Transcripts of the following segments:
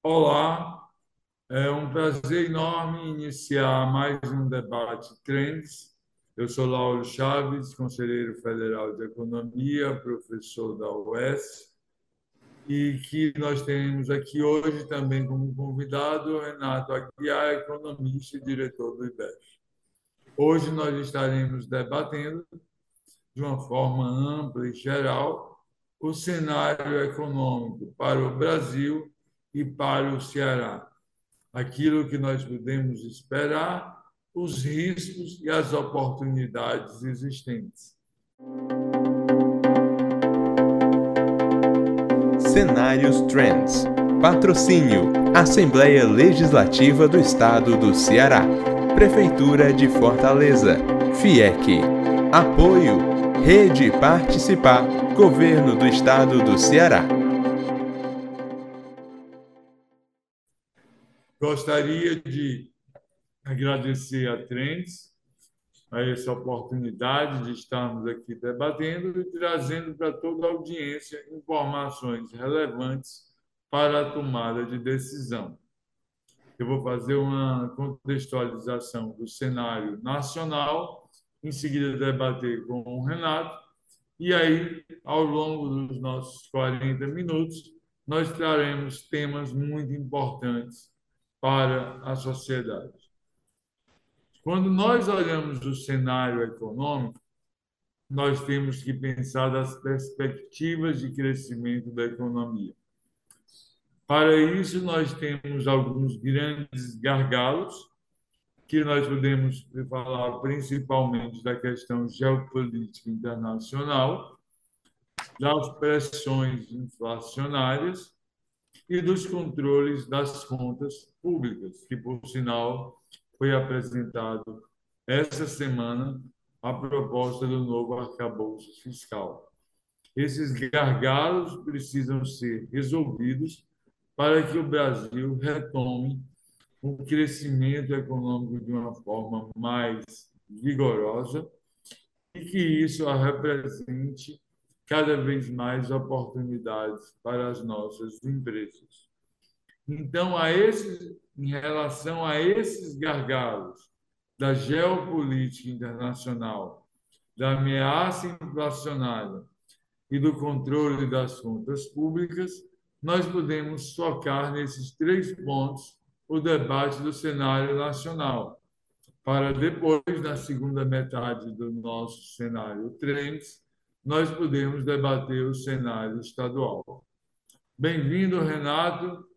Olá, é um prazer enorme iniciar mais um debate Trends. Eu sou Lauro Chaves, conselheiro federal de Economia, professor da UES, e que nós temos aqui hoje também como convidado Renato Aguiar, economista e diretor do IBES. Hoje nós estaremos debatendo de uma forma ampla e geral o cenário econômico para o Brasil e para o Ceará, aquilo que nós podemos esperar, os riscos e as oportunidades existentes. Cenários Trends. Patrocínio: Assembleia Legislativa do Estado do Ceará. Prefeitura de Fortaleza. FIEC. Apoio: Rede Participar. Governo do Estado do Ceará. Gostaria de agradecer a Trends a essa oportunidade de estarmos aqui debatendo e trazendo para toda a audiência informações relevantes para a tomada de decisão. Eu vou fazer uma contextualização do cenário nacional, em seguida debater com o Renato, e aí, ao longo dos nossos 40 minutos, nós traremos temas muito importantes para a sociedade. Quando nós olhamos o cenário econômico, nós temos que pensar das perspectivas de crescimento da economia. Para isso, nós temos alguns grandes gargalos, que nós podemos falar principalmente da questão geopolítica internacional, das pressões inflacionárias e dos controles das contas públicas, que, por sinal, foi apresentado essa semana a proposta do novo arcabouço fiscal. Esses gargalos precisam ser resolvidos para que o Brasil retome o crescimento econômico de uma forma mais vigorosa e que isso represente cada vez mais oportunidades para as nossas empresas. Então, em relação a esses gargalos da geopolítica internacional, da ameaça inflacionária e do controle das contas públicas, nós podemos focar nesses três pontos o debate do cenário nacional, para depois, na segunda metade do nosso cenário Trends, nós podemos debater o cenário estadual. Bem-vindo, Renato.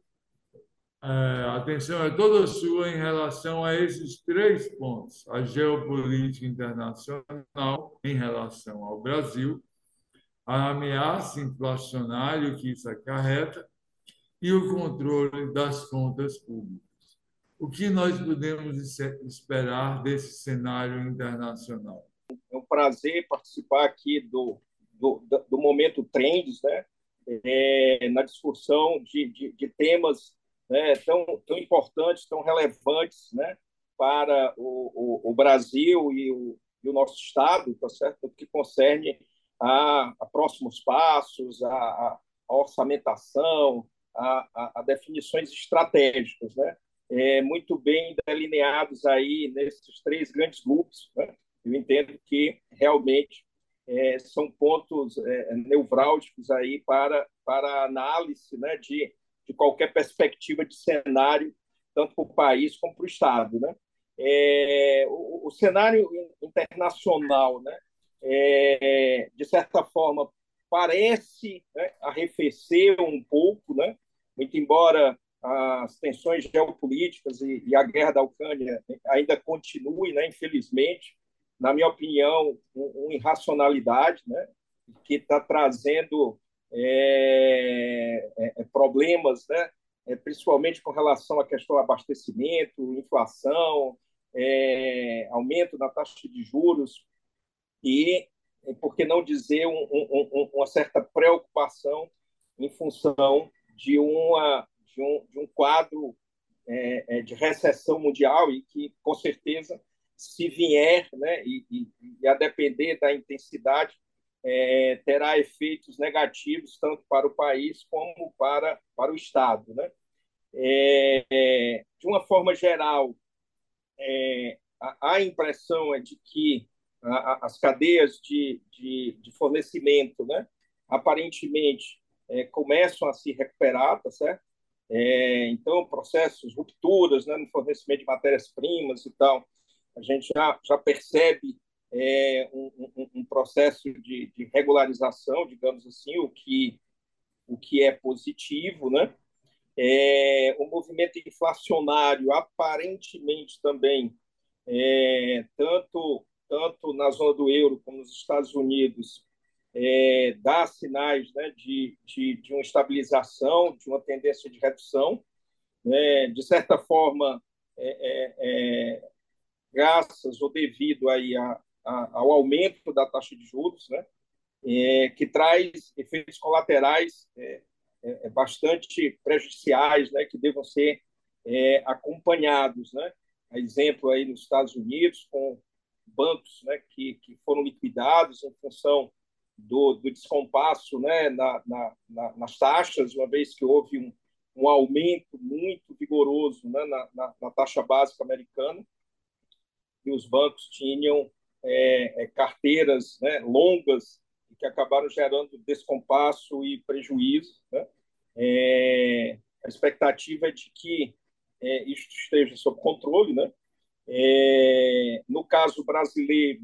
A atenção é toda sua em relação a esses três pontos: a geopolítica internacional em relação ao Brasil, a ameaça inflacionária que isso acarreta e o controle das contas públicas. O que nós podemos esperar desse cenário internacional? É um prazer participar aqui do Momento Trends, né? Na discussão de temas, né, tão importantes, tão relevantes, né, para o Brasil e o nosso Estado, tá certo? Que concerne a próximos passos, a orçamentação, a definições estratégicas, né? Muito bem delineados aí nesses três grandes grupos, né? Eu entendo que realmente são pontos nevrálgicos aí para análise, né, de qualquer perspectiva de cenário, tanto para o país como para o Estado, né? O cenário internacional, né, de certa forma, parece, né, arrefecer um pouco, né? Muito embora as tensões geopolíticas e a guerra da Ucrânia ainda continue, né, infelizmente, na minha opinião, uma irracionalidade, né, que está trazendo problemas, né, principalmente com relação à questão do abastecimento, inflação, aumento na taxa de juros e, por que não dizer, uma certa preocupação em função de um quadro de recessão mundial e que, com certeza, se vier, né, e a depender da intensidade, terá efeitos negativos tanto para o país como para o Estado, né? De uma forma geral, a impressão é de que as cadeias de fornecimento, né, aparentemente, começam a se recuperar, tá certo? Então, processos, rupturas, né, no fornecimento de matérias-primas e tal, a gente já percebe um processo de regularização, digamos assim, o que é positivo, né? O movimento inflacionário, aparentemente também, tanto na zona do euro como nos Estados Unidos, dá sinais, né, de uma estabilização, de uma tendência de redução, né, de certa forma, graças ou devido aí ao aumento da taxa de juros, né, que traz efeitos colaterais bastante prejudiciais, né, que devam ser acompanhados, né? A exemplo aí nos Estados Unidos, com bancos, né, que foram liquidados em função do descompasso, né, nas taxas, uma vez que houve um aumento muito vigoroso, né, na taxa básica americana, e os bancos tinham carteiras, né, longas, que acabaram gerando descompasso e prejuízo, né? A expectativa é de que isso esteja sob controle, né? No caso brasileiro,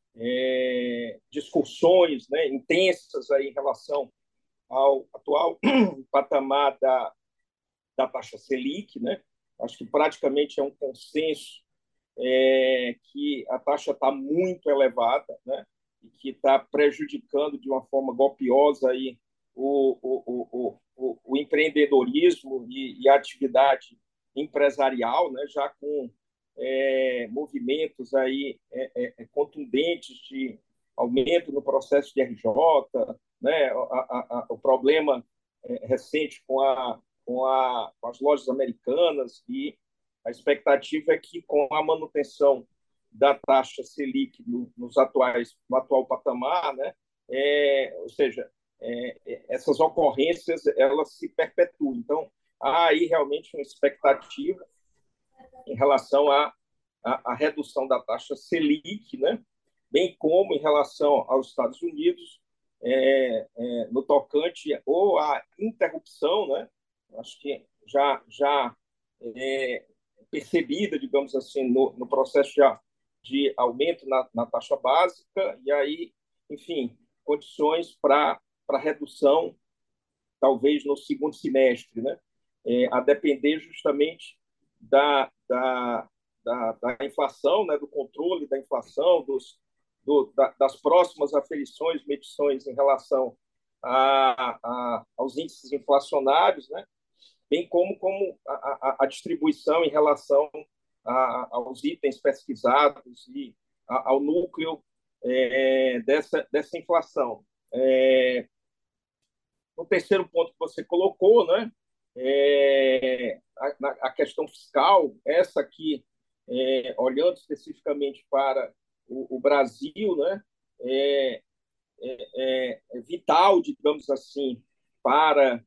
discussões, né, intensas aí em relação ao atual patamar da taxa Selic, né? Acho que praticamente é um consenso que a taxa está muito elevada, né? E que está prejudicando de uma forma golpiosa aí o empreendedorismo e a atividade empresarial, né? Já com movimentos aí contundentes de aumento no processo de RJ, né? O problema recente com as lojas americanas, e a expectativa é que, com a manutenção da taxa Selic no atual patamar, né, ou seja, essas ocorrências elas se perpetuam. Então, há aí realmente uma expectativa em relação à redução da taxa Selic, né, bem como em relação aos Estados Unidos, no tocante ou à interrupção, né, acho que já percebida, digamos assim, no processo de aumento na taxa básica, e aí, enfim, condições para redução, talvez no segundo semestre, né? A depender justamente da inflação, né? Do controle da inflação, das próximas aferições, medições em relação aos índices inflacionários, né? Bem como a distribuição em relação aos itens pesquisados e ao núcleo dessa inflação. O terceiro ponto que você colocou, né, a questão fiscal, essa aqui, olhando especificamente para o Brasil, né, é vital, digamos assim, para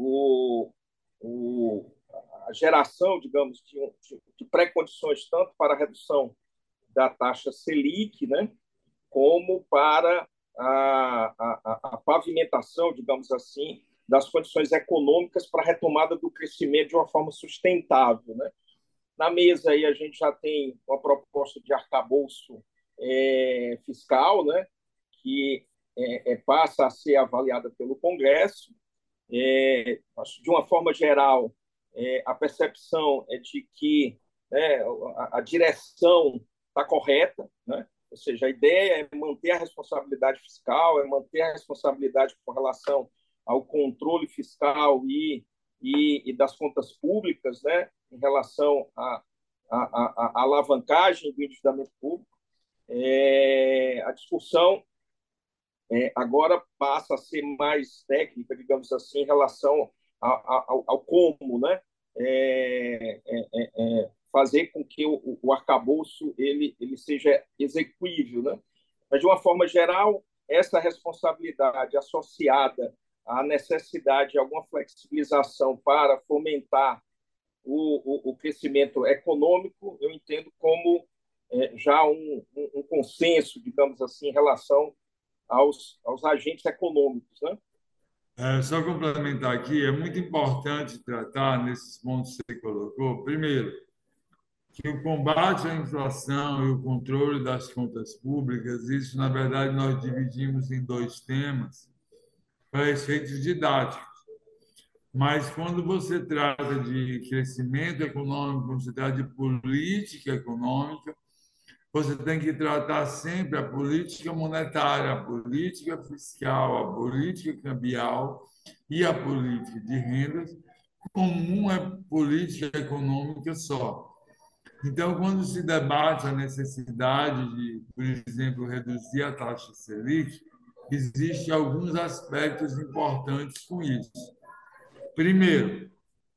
o, a geração, digamos, de pré-condições tanto para a redução da taxa Selic, né, como para a pavimentação, digamos assim, das condições econômicas para a retomada do crescimento de uma forma sustentável, né? Na mesa aí a gente já tem uma proposta de arcabouço fiscal, né, que passa a ser avaliada pelo Congresso. De uma forma geral, a percepção é de que, né, a direção está correta, né? Ou seja, a ideia é manter a responsabilidade fiscal, é manter a responsabilidade com relação ao controle fiscal e das contas públicas, né, em relação à alavancagem do endividamento público. A discussão agora passa a ser mais técnica, digamos assim, em relação ao como, né? Fazer com que o arcabouço ele seja execuível, né? Mas, de uma forma geral, essa responsabilidade associada à necessidade de alguma flexibilização para fomentar o crescimento econômico, eu entendo como já um consenso, digamos assim, em relação aos agentes econômicos, né? Só complementar aqui, é muito importante tratar nesses pontos que você colocou. Primeiro, que o combate à inflação e o controle das contas públicas, isso, na verdade, nós dividimos em dois temas para efeitos didáticos. Mas quando você trata de crescimento econômico, quando você trata de política econômica, você tem que tratar sempre a política monetária, a política fiscal, a política cambial e a política de rendas como uma política econômica só. Então, quando se debate a necessidade de, por exemplo, reduzir a taxa Selic, existem alguns aspectos importantes com isso. Primeiro,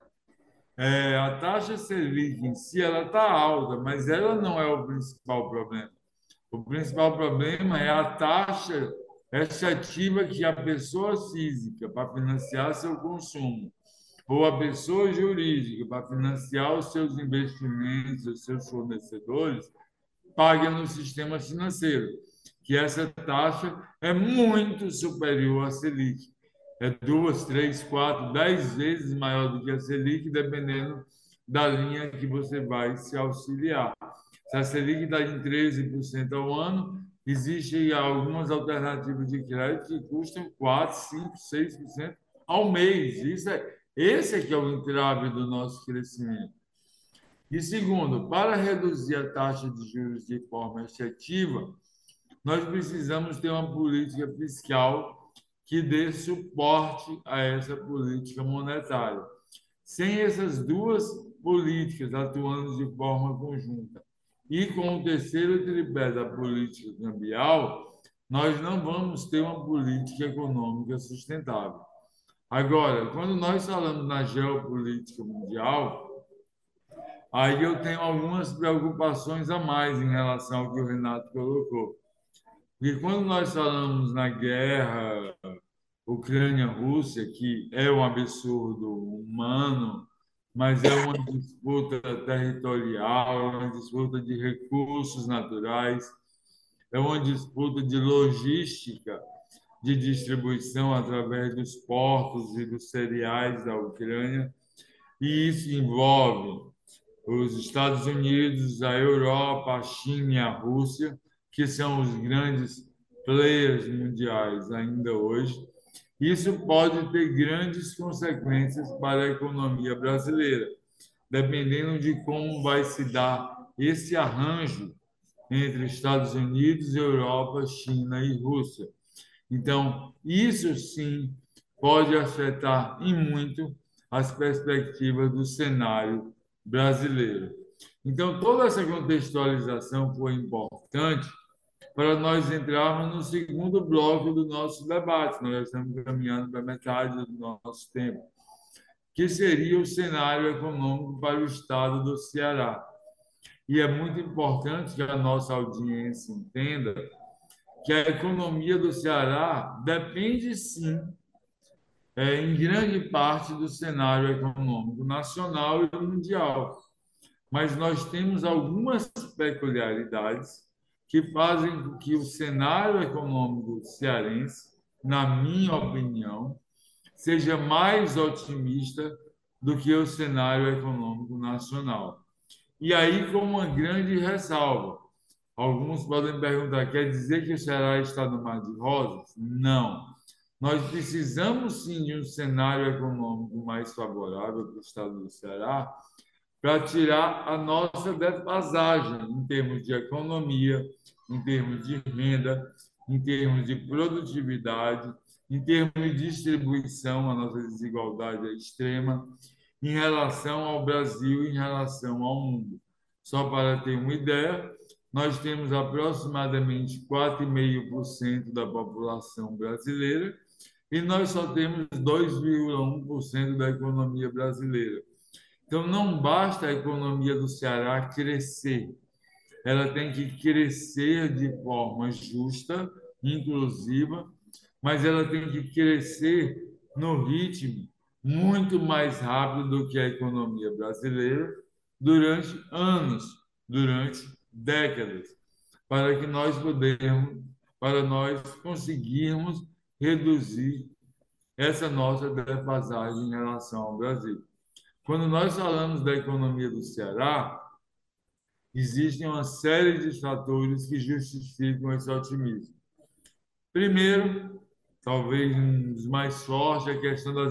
a taxa Selic em si ela está alta, mas ela não é o principal problema. O principal problema é a taxa efetiva que a pessoa física, para financiar seu consumo, ou a pessoa jurídica, para financiar os seus investimentos, os seus fornecedores, paga no sistema financeiro, que essa taxa é muito superior à Selic. É 2, 3, 4, 10 vezes maior do que a Selic, dependendo da linha que você vai se auxiliar. Se a Selic está em 13% ao ano, existem algumas alternativas de crédito que custam 4, 5, 6% ao mês. Esse é que é o entrave do nosso crescimento. E segundo, para reduzir a taxa de juros de forma efetiva, nós precisamos ter uma política fiscal que dê suporte a essa política monetária. Sem essas duas políticas atuando de forma conjunta e com o terceiro tripé da política cambial, nós não vamos ter uma política econômica sustentável. Agora, quando nós falamos na geopolítica mundial, aí eu tenho algumas preocupações a mais em relação ao que o Renato colocou. E quando nós falamos na guerra Ucrânia-Rússia, que é um absurdo humano, mas é uma disputa territorial, é uma disputa de recursos naturais, é uma disputa de logística de distribuição através dos portos e dos cereais da Ucrânia, e isso envolve os Estados Unidos, a Europa, a China e a Rússia, que são os grandes players mundiais ainda hoje. Isso pode ter grandes consequências para a economia brasileira, dependendo de como vai se dar esse arranjo entre Estados Unidos, Europa, China e Rússia. Então, isso sim pode afetar em muito as perspectivas do cenário brasileiro. Então, toda essa contextualização foi importante para nós entrarmos no segundo bloco do nosso debate. Nós estamos caminhando para metade do nosso tempo, que seria o cenário econômico para o estado do Ceará. E é muito importante que a nossa audiência entenda que a economia do Ceará depende, sim, em grande parte do cenário econômico nacional e mundial. Mas nós temos algumas peculiaridades que fazem com que o cenário econômico cearense, na minha opinião, seja mais otimista do que o cenário econômico nacional. E aí, com uma grande ressalva, alguns podem perguntar: quer dizer que o Ceará está no mar de rosas? Não. Nós precisamos sim de um cenário econômico mais favorável para o estado do Ceará, para tirar a nossa defasagem em termos de economia, em termos de renda, em termos de produtividade, em termos de distribuição. A nossa desigualdade é extrema em relação ao Brasil, em relação ao mundo. Só para ter uma ideia, nós temos aproximadamente 4,5% da população brasileira e nós só temos 2,1% da economia brasileira. Então, não basta a economia do Ceará crescer, ela tem que crescer de forma justa, inclusiva, mas ela tem que crescer no ritmo muito mais rápido do que a economia brasileira durante anos, durante décadas, para que para nós conseguirmos reduzir essa nossa defasagem em relação ao Brasil. Quando nós falamos da economia do Ceará, existem uma série de fatores que justificam esse otimismo. Primeiro, talvez um dos mais fortes, é a questão das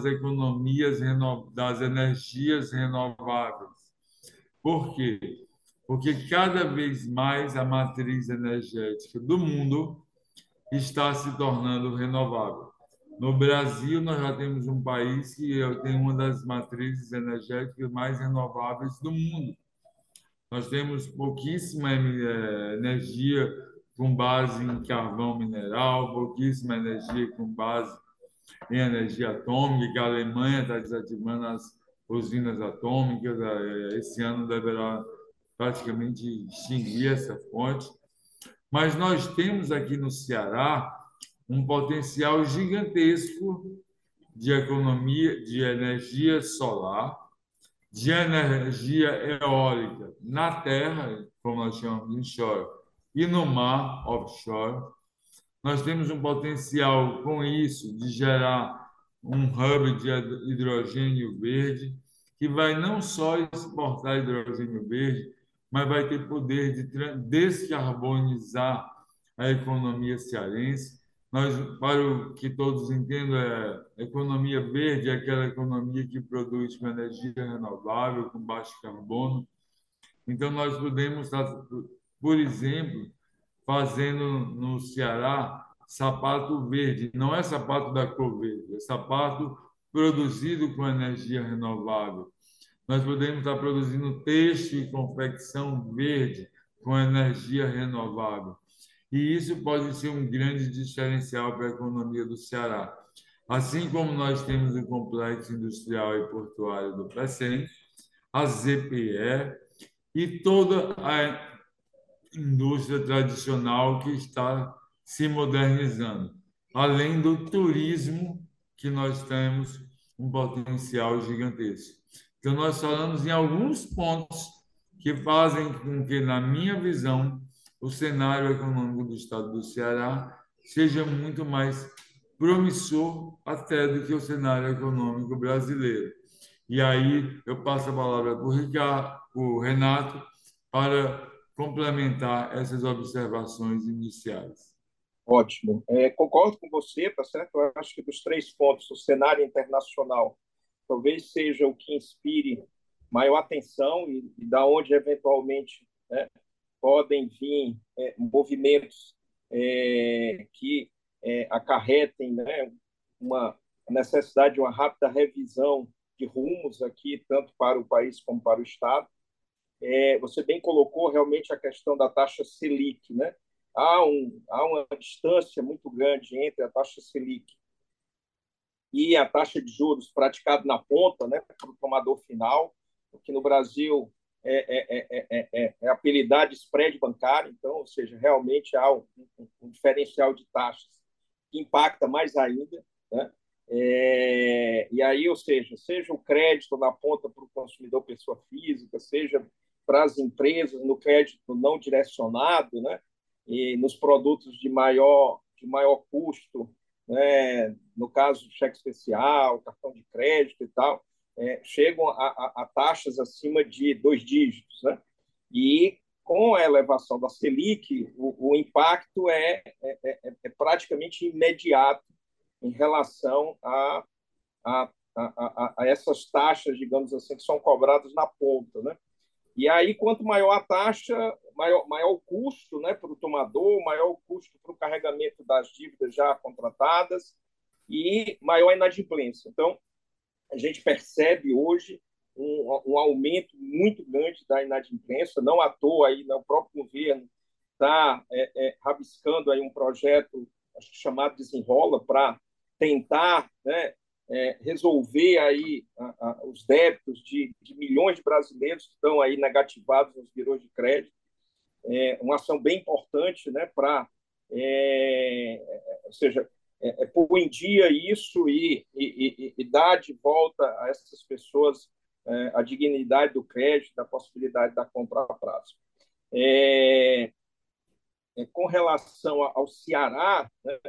das energias renováveis. Por quê? Porque cada vez mais a matriz energética do mundo está se tornando renovável. No Brasil, nós já temos um país que tem uma das matrizes energéticas mais renováveis do mundo. Nós temos pouquíssima energia com base em carvão mineral, pouquíssima energia com base em energia atômica, que a Alemanha está desativando as usinas atômicas. Esse ano deverá praticamente extinguir essa fonte. Mas nós temos aqui no Ceará um potencial gigantesco de economia de energia solar, de energia eólica na terra, como nós chamamos de onshore, e no mar, offshore. Nós temos um potencial com isso de gerar um hub de hidrogênio verde, que vai não só exportar hidrogênio verde, mas vai ter poder de descarbonizar a economia cearense. Para o que todos entendam, a economia verde é aquela economia que produz com energia renovável, com baixo carbono. Então, nós podemos estar, por exemplo, fazendo no Ceará sapato verde. Não é sapato da cor verde, é sapato produzido com energia renovável. Nós podemos estar produzindo têxtil e confecção verde com energia renovável. E isso pode ser um grande diferencial para a economia do Ceará. Assim como nós temos o Complexo Industrial e Portuário do Pecém, a ZPE e toda a indústria tradicional que está se modernizando, além do turismo, que nós temos um potencial gigantesco. Então, nós falamos em alguns pontos que fazem com que, na minha visão, o cenário econômico do estado do Ceará seja muito mais promissor até do que o cenário econômico brasileiro. E aí eu passo a palavra para o Ricardo, o Renato, para complementar essas observações iniciais. Ótimo. Concordo com você, tá certo? Eu acho que dos três pontos, o cenário internacional talvez seja o que inspire maior atenção e da onde eventualmente, né, podem vir movimentos que acarretem, né, uma necessidade de uma rápida revisão de rumos aqui, tanto para o país como para o Estado. Você bem colocou realmente a questão da taxa Selic, né? Há uma distância muito grande entre a taxa Selic e a taxa de juros praticada na ponta, né, para o tomador final, o que no Brasil é apelidado de spread bancário, então, ou seja, realmente há um diferencial de taxas que impacta mais ainda, né? E aí, ou seja o crédito na ponta para o consumidor pessoa física, seja para as empresas no crédito não direcionado, né? E nos produtos de maior custo, né? No caso, cheque especial, cartão de crédito e tal, chegam a taxas acima de 2 dígitos, né? E com a elevação da Selic, o impacto é praticamente imediato em relação a essas taxas, digamos assim, que são cobradas na ponta, né? E aí, quanto maior a taxa, maior o custo, né, para o tomador, maior o custo para o carregamento das dívidas já contratadas e maior a inadimplência. Então, a gente percebe hoje um aumento muito grande da inadimplência, não à toa aí, né, o próprio governo está rabiscando aí um projeto, acho que chamado Desenrola, para tentar, né, resolver aí os débitos de milhões de brasileiros que estão aí negativados nos birôs de crédito. Uma ação bem importante, né, ou seja, pôr em dia isso e dar de volta a essas pessoas a dignidade do crédito, da possibilidade da compra a prazo. Com relação ao Ceará, né,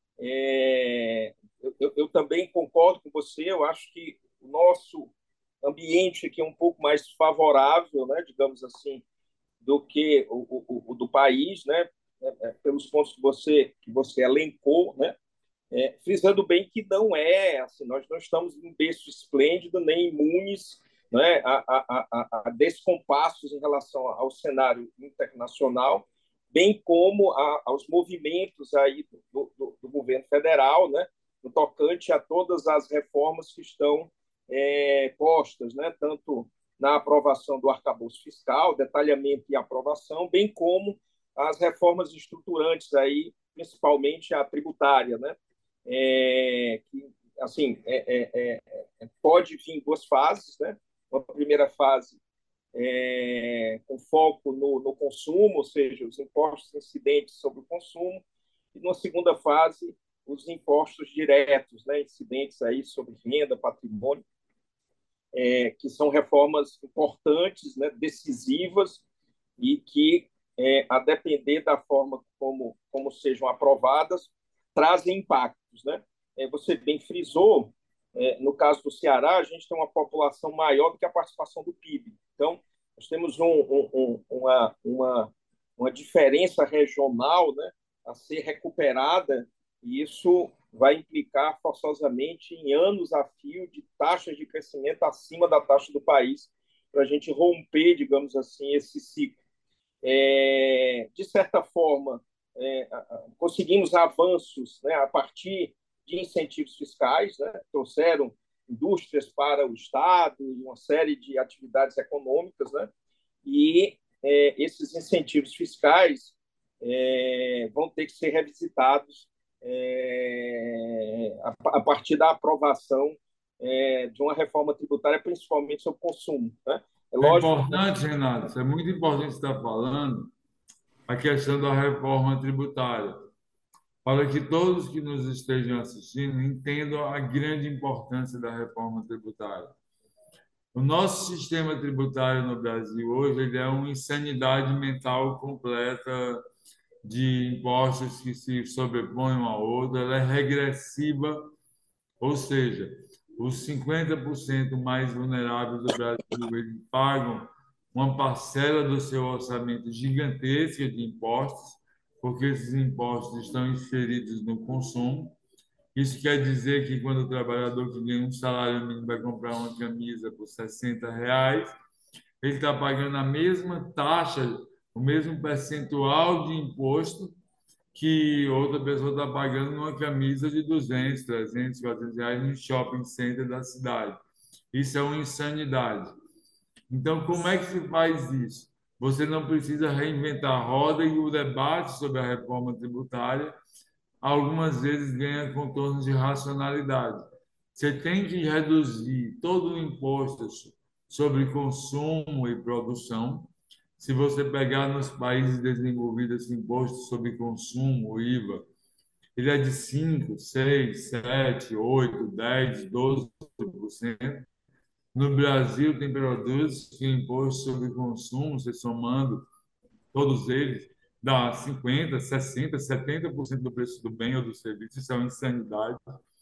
eu também concordo com você. Eu acho que o nosso ambiente aqui é um pouco mais favorável, né, digamos assim, do que o do país, né, pelos pontos que você elencou, né, frisando bem que não é assim, nós não estamos em berço esplêndido nem imunes, né, a descompassos em relação ao cenário internacional, bem como aos movimentos aí do governo federal, né, no tocante a todas as reformas que estão postas, né, tanto na aprovação do arcabouço fiscal, detalhamento e aprovação, bem como as reformas estruturantes aí, principalmente a tributária, né, que assim pode vir em duas fases, né? Uma primeira fase com foco no consumo, ou seja, os impostos incidentes sobre o consumo, e numa segunda fase os impostos diretos, né, incidentes aí sobre renda, patrimônio, que são reformas importantes, né, decisivas e que, a depender da forma como sejam aprovadas, trazem impactos, né? Você bem frisou, no caso do Ceará, a gente tem uma população maior do que a participação do PIB. Então, nós temos uma diferença regional, né, a ser recuperada, e isso vai implicar forçosamente em anos a fio de taxas de crescimento acima da taxa do país, para a gente romper, digamos assim, esse ciclo. De certa forma, conseguimos avanços, né, a partir de incentivos fiscais, né, trouxeram indústrias para o Estado, uma série de atividades econômicas, né, e esses incentivos fiscais vão ter que ser revisitados a partir da aprovação de uma reforma tributária, principalmente sobre o consumo, né? É É lógico. importante, Renato, isso é muito importante você estar falando, a questão da reforma tributária, para que todos que nos estejam assistindo entendam a grande importância da reforma tributária. O nosso sistema tributário no Brasil hoje ele é uma insanidade mental completa de impostos que se sobrepõem um ao outro, ela é regressiva, ou seja, os 50% mais vulneráveis do Brasil eles pagam uma parcela do seu orçamento gigantesca de impostos, porque esses impostos estão inseridos no consumo. Isso quer dizer que quando o trabalhador que ganha um salário mínimo vai comprar uma camisa por R$ 60, ele está pagando a mesma taxa, o mesmo percentual de imposto que outra pessoa está pagando numa camisa de 200, 300, R$ 400 no shopping center da cidade. Isso é uma insanidade. Então, como é que se faz isso? Você não precisa reinventar a roda e o debate sobre a reforma tributária algumas vezes ganha contornos de racionalidade. Você tem que reduzir todo o imposto sobre consumo e produção. Se você pegar nos países desenvolvidos esse imposto sobre consumo, o IVA, ele é de 5, 6, 7, 8, 10, 12%. No Brasil, tem produtos que o imposto sobre consumo, você somando todos eles, dá 50, 60, 70% do preço do bem ou do serviço. Isso é uma insanidade.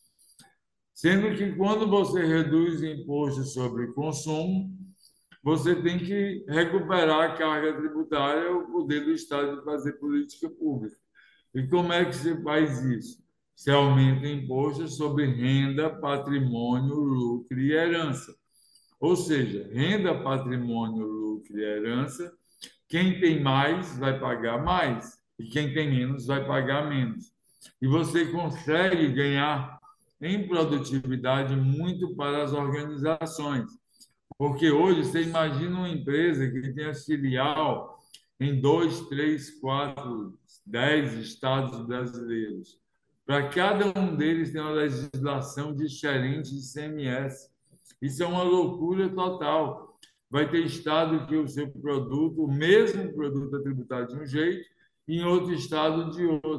Sendo que quando você reduz impostos sobre consumo, você tem que recuperar a carga tributária, o poder do Estado de fazer política pública. E como é que se faz isso? Se aumenta impostos sobre renda, patrimônio, lucro e herança. Ou seja, renda, patrimônio, lucro e herança, quem tem mais vai pagar mais e quem tem menos vai pagar menos. E você consegue ganhar em produtividade muito para as organizações. Porque hoje você imagina uma empresa que tem a filial em 2, 3, 4, 10 estados brasileiros. Para cada um deles tem uma legislação diferente de ICMS. Isso é uma loucura total. Vai ter estado que o seu produto, o mesmo produto é tributado de um jeito, e em outro estado de outro.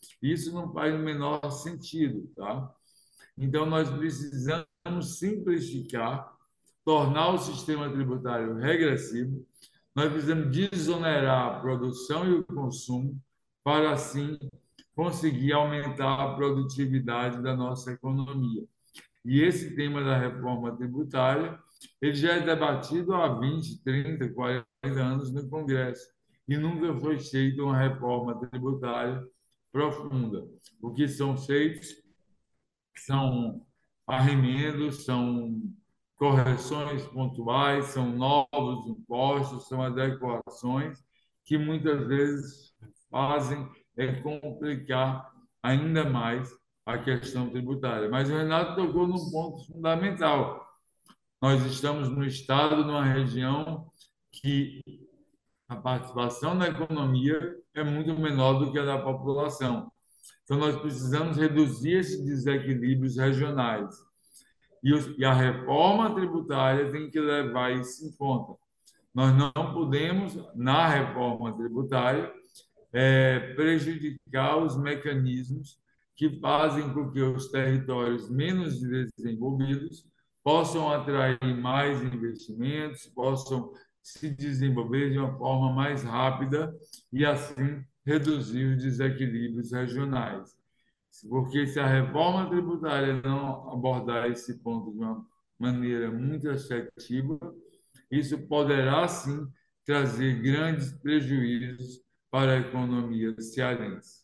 Isso não faz o menor sentido, tá? Então, nós precisamos simplificar, tornar o sistema tributário regressivo, nós precisamos desonerar a produção e o consumo para, assim, conseguir aumentar a produtividade da nossa economia. E esse tema da reforma tributária, ele já é debatido há 20, 30, 40 anos no Congresso e nunca foi feita uma reforma tributária profunda. O que são feitos são arremendos, são correções pontuais, são novos impostos, são adequações que muitas vezes fazem complicar ainda mais a questão tributária. Mas o Renato tocou num ponto fundamental. Nós estamos no estado, numa região que a participação na economia é muito menor do que a da população. Então, nós precisamos reduzir esses desequilíbrios regionais. E a reforma tributária tem que levar isso em conta. Nós não podemos, na reforma tributária, prejudicar os mecanismos que fazem com que os territórios menos desenvolvidos possam atrair mais investimentos, possam se desenvolver de uma forma mais rápida e, assim, reduzir os desequilíbrios regionais. Porque se a reforma tributária não abordar esse ponto de uma maneira muito assertiva, isso poderá sim trazer grandes prejuízos para a economia cearense.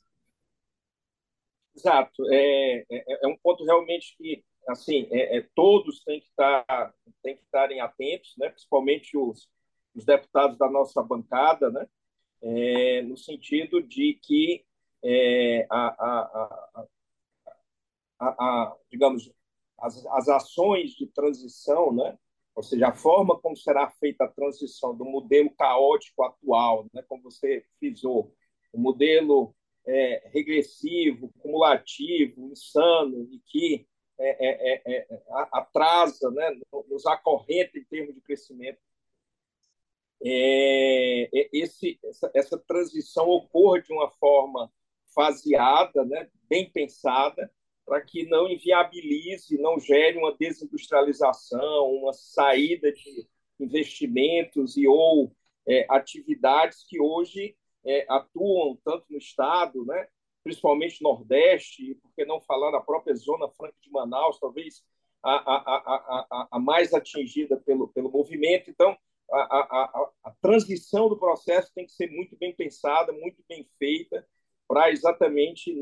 Exato. É um ponto realmente que, assim, todos têm que estarem atentos, né? Principalmente os deputados da nossa bancada, né? No sentido de que é, digamos, as ações de transição, né? Ou seja, a forma como será feita a transição do modelo caótico atual, né? Como você frisou, o modelo regressivo, cumulativo, insano, e que atrasa, né? Nos acorrenta em termos de crescimento, essa transição ocorra de uma forma faseada, né, bem pensada, para que não inviabilize, não gere uma desindustrialização, uma saída de investimentos e ou atividades que hoje atuam tanto no Estado, né, principalmente no Nordeste, por que não falar na própria Zona Franca de Manaus, talvez a mais atingida pelo movimento. Então, a transição do processo tem que ser muito bem pensada, muito bem feita, para exatamente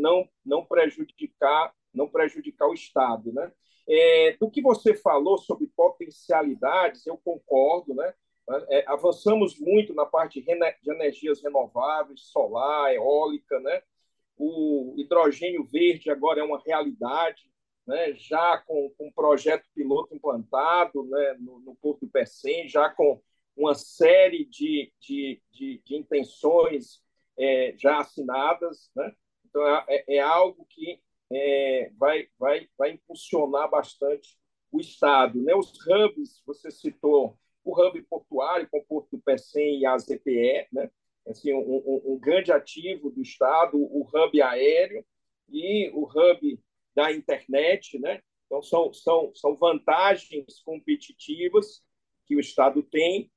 não prejudicar o Estado, né? Do que você falou sobre potencialidades, eu concordo, né? Avançamos muito na parte de energias renováveis, solar, eólica, né? O hidrogênio verde agora é uma realidade, né? Já com um projeto piloto implantado, né? no Porto do Pecém, já com uma série de intenções já assinadas, né? Então, algo que vai impulsionar bastante o Estado, né? Os hubs, você citou o hub portuário com o Porto do Pecém e a ZPE, né? Assim, um grande ativo do Estado, o hub aéreo e o hub da internet, né? Então, são vantagens competitivas que o Estado tem,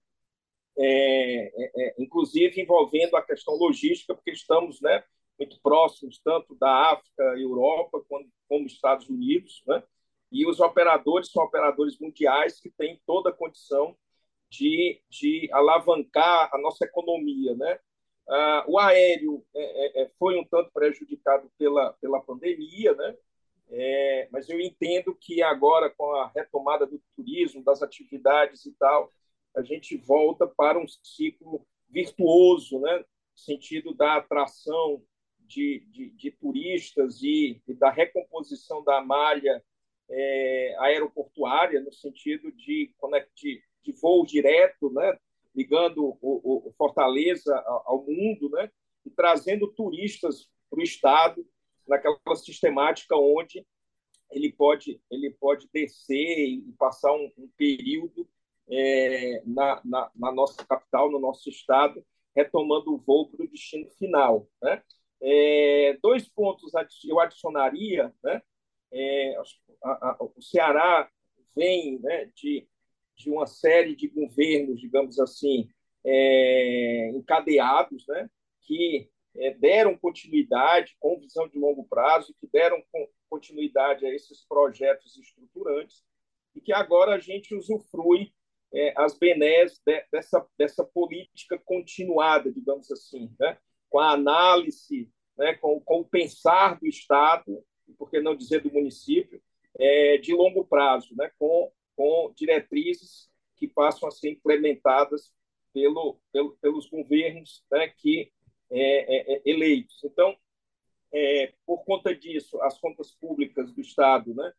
inclusive envolvendo a questão logística, porque estamos, né, muito próximos tanto da África, Europa, como Estados Unidos, né? E os operadores são operadores mundiais que têm toda a condição de alavancar a nossa economia, né? O aéreo foi um tanto prejudicado pela pandemia, né? Mas eu entendo que agora, com a retomada do turismo, das atividades e tal, a gente volta para um ciclo virtuoso, né? No sentido da atração de turistas e da recomposição da malha aeroportuária, no sentido de voo direto, né? Ligando o Fortaleza ao mundo, né? E trazendo turistas para o Estado, naquela sistemática onde ele pode descer e passar um período na nossa capital, no nosso estado, retomando o voo para o destino final, né? Dois pontos eu adicionaria, né? O Ceará vem, né, de uma série de governos, digamos assim, encadeados, né, que deram continuidade com visão de longo prazo, que deram continuidade a esses projetos estruturantes e que agora a gente usufrui as benés dessa política continuada, digamos assim, né, com a análise, né, com o pensar do Estado, por que não dizer do município, de longo prazo, né, com diretrizes que passam a ser implementadas pelos governos, né, que eleitos. Então, por conta disso, as contas públicas do Estado, né,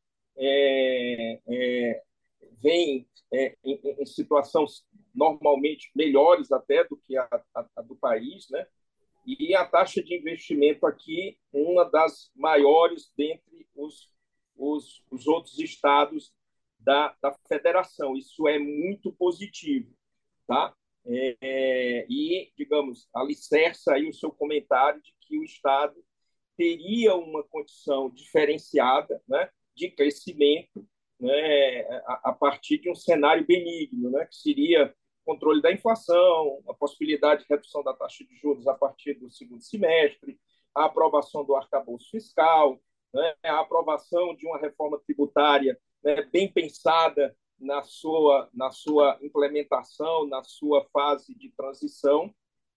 vêm em situações normalmente melhores até do que a do país, né? E a taxa de investimento aqui, uma das maiores dentre os outros estados da federação. Isso é muito positivo, tá? E, digamos, alicerça aí o seu comentário de que o Estado teria uma condição diferenciada, né, de crescimento, né, a partir de um cenário benigno, né, que seria controle da inflação, a possibilidade de redução da taxa de juros a partir do segundo semestre, a aprovação do arcabouço fiscal, né, a aprovação de uma reforma tributária, né, bem pensada na sua implementação, na sua fase de transição.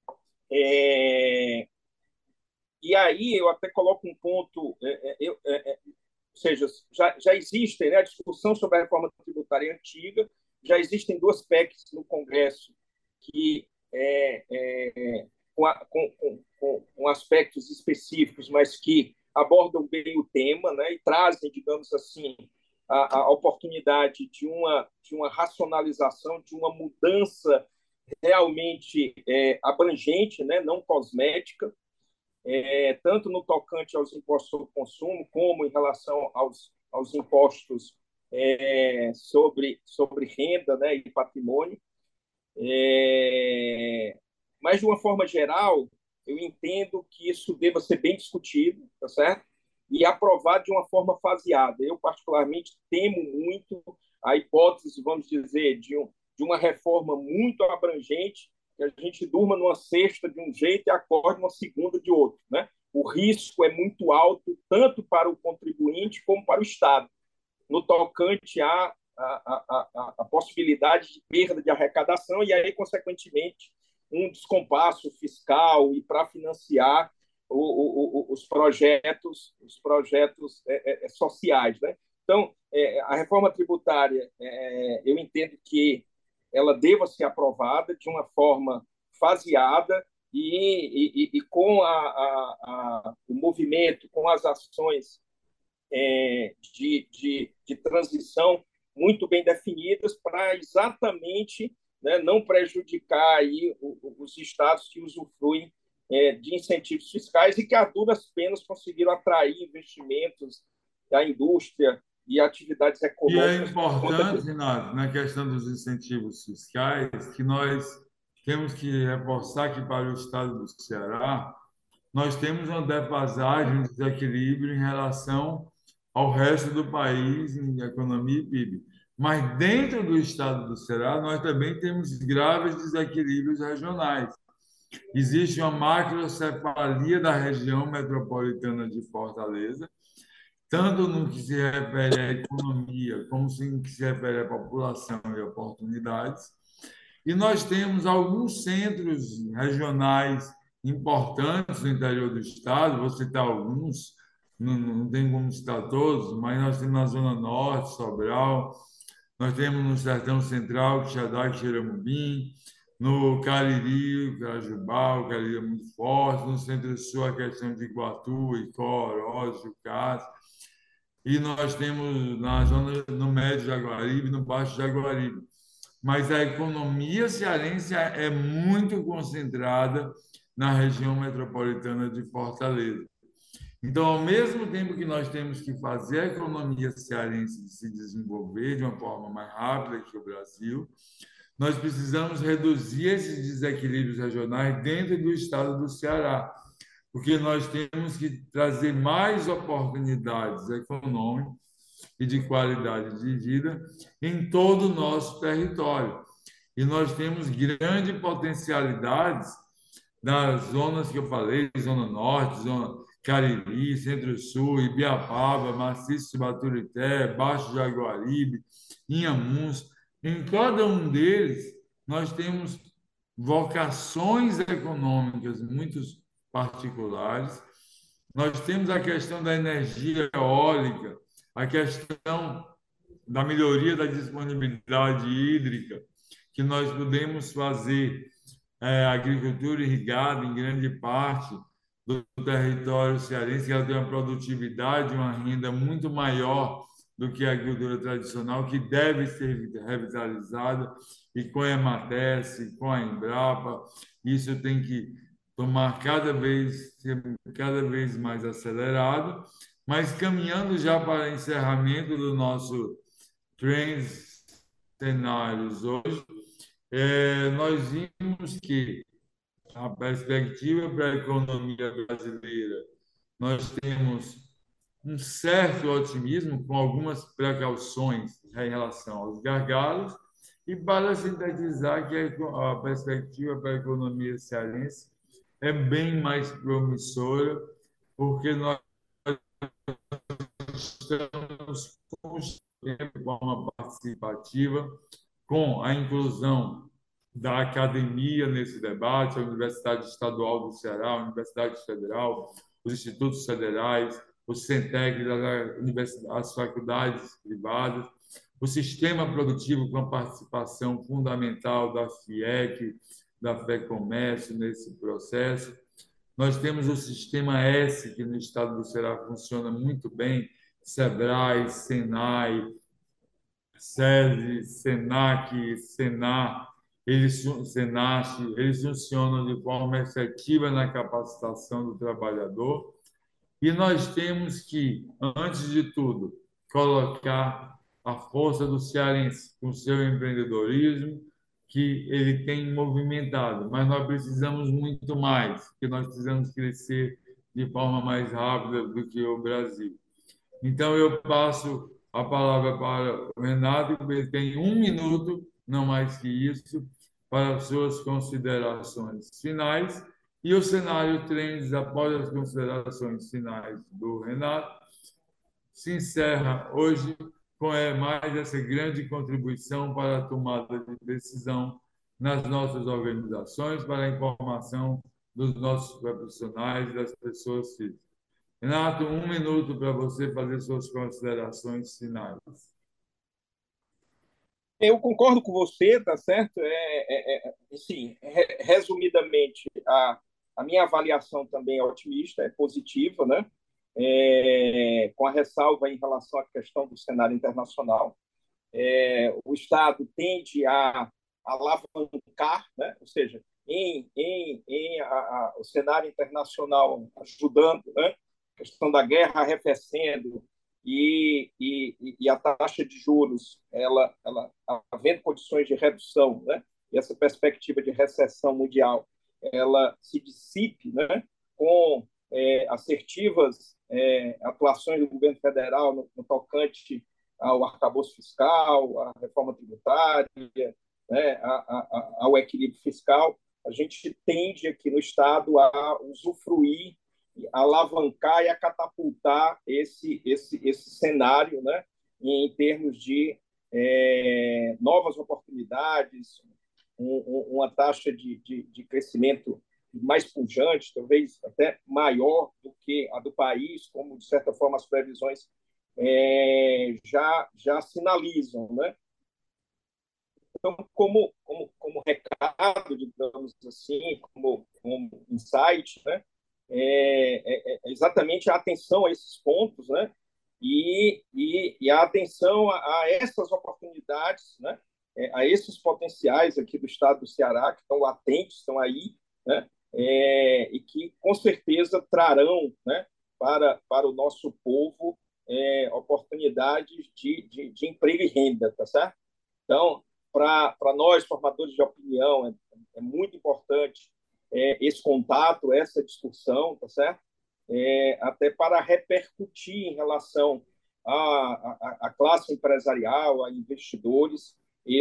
E aí eu até coloco um ponto, ou seja, já existem, né, a discussão sobre a reforma tributária antiga, já existem duas PECs no Congresso que com aspectos específicos, mas que abordam bem o tema, né, e trazem, digamos assim, a oportunidade de uma racionalização, de uma mudança realmente abrangente, né, não cosmética, tanto no tocante aos impostos sobre consumo, como em relação aos impostos sobre renda, né, e patrimônio. Mas, de uma forma geral, eu entendo que isso deva ser bem discutido, tá certo? E aprovado de uma forma faseada. Eu, particularmente, temo muito a hipótese, vamos dizer, de uma reforma muito abrangente, que a gente durma numa sexta de um jeito e acorde numa segunda de outro, né? O risco é muito alto, tanto para o contribuinte como para o Estado, no tocante à possibilidade de perda de arrecadação e aí, consequentemente, um descompasso fiscal e para financiar os projetos sociais, né? Então, a reforma tributária, eu entendo que ela deva ser aprovada de uma forma faseada e com o movimento, com as ações de transição muito bem definidas para exatamente, né, não prejudicar aí os estados que usufruem de incentivos fiscais e que, a duras penas, conseguiram atrair investimentos da indústria e atividades E é econômicas. importante, Renato, na questão dos incentivos fiscais, que nós temos que reforçar que para o estado do Ceará, nós temos uma defasagem, um desequilíbrio em relação ao resto do país em economia e PIB. Mas dentro do estado do Ceará, nós também temos graves desequilíbrios regionais. Existe uma macrocefalia da região metropolitana de Fortaleza, tanto no que se refere à economia, como no que se refere à população e oportunidades. E nós temos alguns centros regionais importantes no interior do estado, vou citar alguns, não tem como citar todos, mas nós temos na Zona Norte, Sobral, nós temos no Sertão Central, Quixadá e Xeramubim, no Cariri, Carajubá, o Cariri é muito forte, no Centro-Sul a questão de Iguatu, Icó, Oroz, Jucás, e nós temos na zona, no Médio Jaguaribe e no Baixo Jaguaribe. Mas a economia cearense é muito concentrada na região metropolitana de Fortaleza. Então, ao mesmo tempo que nós temos que fazer a economia cearense se desenvolver de uma forma mais rápida que o Brasil, nós precisamos reduzir esses desequilíbrios regionais dentro do estado do Ceará, porque nós temos que trazer mais oportunidades econômicas e de qualidade de vida em todo o nosso território. E nós temos grandes potencialidades nas zonas que eu falei, Zona Norte, Zona Cariri, Centro-Sul, Ibiapaba, Maciço de Baturité, Baixo Jaguaribe, Inhamuns. Em cada um deles, nós temos vocações econômicas muito particulares. Nós temos a questão da energia eólica, a questão da melhoria da disponibilidade hídrica, que nós podemos fazer agricultura irrigada em grande parte do território cearense, que ela tem uma produtividade, uma renda muito maior do que a agricultura tradicional, que deve ser revitalizada, e com a Emates, com a Embrapa, isso tem que tomar cada vez mais acelerado, mas caminhando já para encerramento do nosso Trends Cenários hoje, nós vimos que a perspectiva para a economia brasileira, nós temos um certo otimismo, com algumas precauções em relação aos gargalos, e para sintetizar que a perspectiva para a economia cearense é bem mais promissora, porque nós estamos construindo de forma participativa, com a inclusão da academia nesse debate, a Universidade Estadual do Ceará, a Universidade Federal, os institutos federais, o Centec, as faculdades privadas, o sistema produtivo com a participação fundamental da FIEC, da FEComércio nesse processo. Nós temos o sistema S, que no estado do Ceará funciona muito bem, SEBRAE, SENAI, SESI, SENAC, SENAR, SENACH, eles funcionam de forma efetiva na capacitação do trabalhador. E nós temos que, antes de tudo, colocar a força do cearense com seu empreendedorismo, que ele tem movimentado, mas nós precisamos muito mais, porque nós precisamos crescer de forma mais rápida do que o Brasil. Então, eu passo a palavra para o Renato, que ele tem 1 minuto, não mais que isso, para as suas considerações finais. E o cenário Trends, após as considerações finais do Renato, se encerra hoje com mais essa grande contribuição para a tomada de decisão nas nossas organizações, para a informação dos nossos profissionais, das pessoas físicas. Renato, 1 minuto para você fazer suas considerações finais. Eu concordo com você, tá certo? Sim, resumidamente, a minha avaliação também é otimista, é positiva, né? Com a ressalva em relação à questão do cenário internacional. O Estado tende a alavancar, né? Ou seja, o cenário internacional ajudando, né? A questão da guerra arrefecendo e a taxa de juros, ela havendo condições de redução, né? E essa perspectiva de recessão mundial, ela se dissipe, né? Com assertivas atuações do governo federal no tocante ao arcabouço fiscal, à reforma tributária, né, ao equilíbrio fiscal, a gente tende aqui no Estado a usufruir, a alavancar e a catapultar esse cenário, né, em termos de novas oportunidades, uma taxa de crescimento mais pujante, talvez até maior do que a do país, como, de certa forma, as previsões já sinalizam, né? Então, como recado, digamos assim, como insight, né? Exatamente a atenção a esses pontos, né? E a atenção a essas oportunidades, né? A esses potenciais aqui do estado do Ceará, que estão latentes, estão aí, né? E que, com certeza, trarão, né? Para o nosso povo oportunidades de emprego e renda, tá certo? Então, para nós, formadores de opinião, é muito importante esse contato, essa discussão, tá certo? Até para repercutir em relação à classe empresarial, a investidores,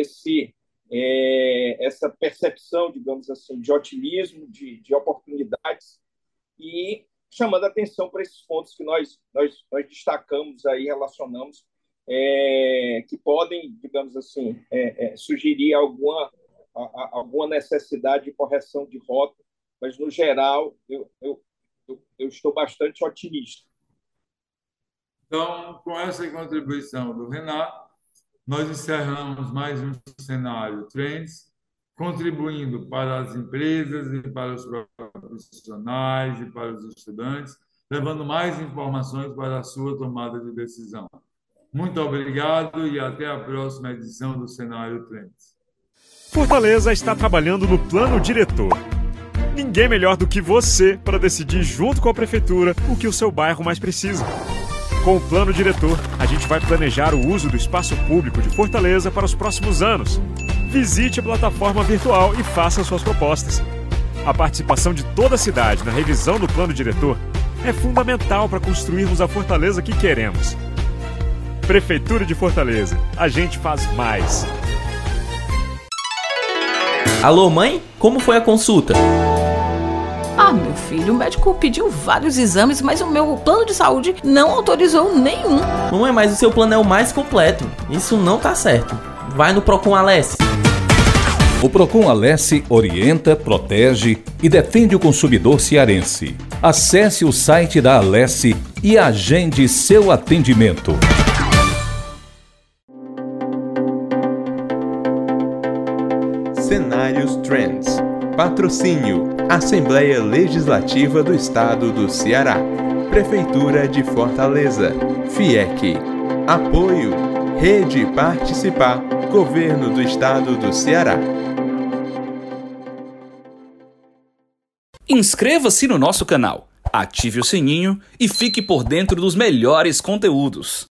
essa percepção, digamos assim, de otimismo, de oportunidades, e chamando a atenção para esses pontos que nós destacamos aí, relacionamos, que podem, digamos assim, sugerir alguma necessidade de correção de rota, mas, no geral, eu estou bastante otimista. Então, com essa contribuição do Renato, nós encerramos mais um cenário Trends, contribuindo para as empresas e para os profissionais e para os estudantes, levando mais informações para a sua tomada de decisão. Muito obrigado e até a próxima edição do Cenário Trends. Fortaleza está trabalhando no plano diretor. Ninguém melhor do que você para decidir junto com a prefeitura o que o seu bairro mais precisa. Com o plano diretor, a gente vai planejar o uso do espaço público de Fortaleza para os próximos anos. Visite a plataforma virtual e faça suas propostas. A participação de toda a cidade na revisão do plano diretor é fundamental para construirmos a Fortaleza que queremos. Prefeitura de Fortaleza, a gente faz mais. Alô, mãe? Como foi a consulta? Meu filho, o médico pediu vários exames, mas o meu plano de saúde não autorizou nenhum. Não é mais, o seu plano é o mais completo. Isso não tá certo. Vai no Procon Alesse. O Procon Alesse orienta, protege e defende o consumidor cearense. Acesse o site da Alesse e agende seu atendimento. Cenários Trends. Patrocínio: Assembleia Legislativa do Estado do Ceará. Prefeitura de Fortaleza. FIEC. Apoio: Rede Participar. Governo do Estado do Ceará. Inscreva-se no nosso canal, ative o sininho e fique por dentro dos melhores conteúdos.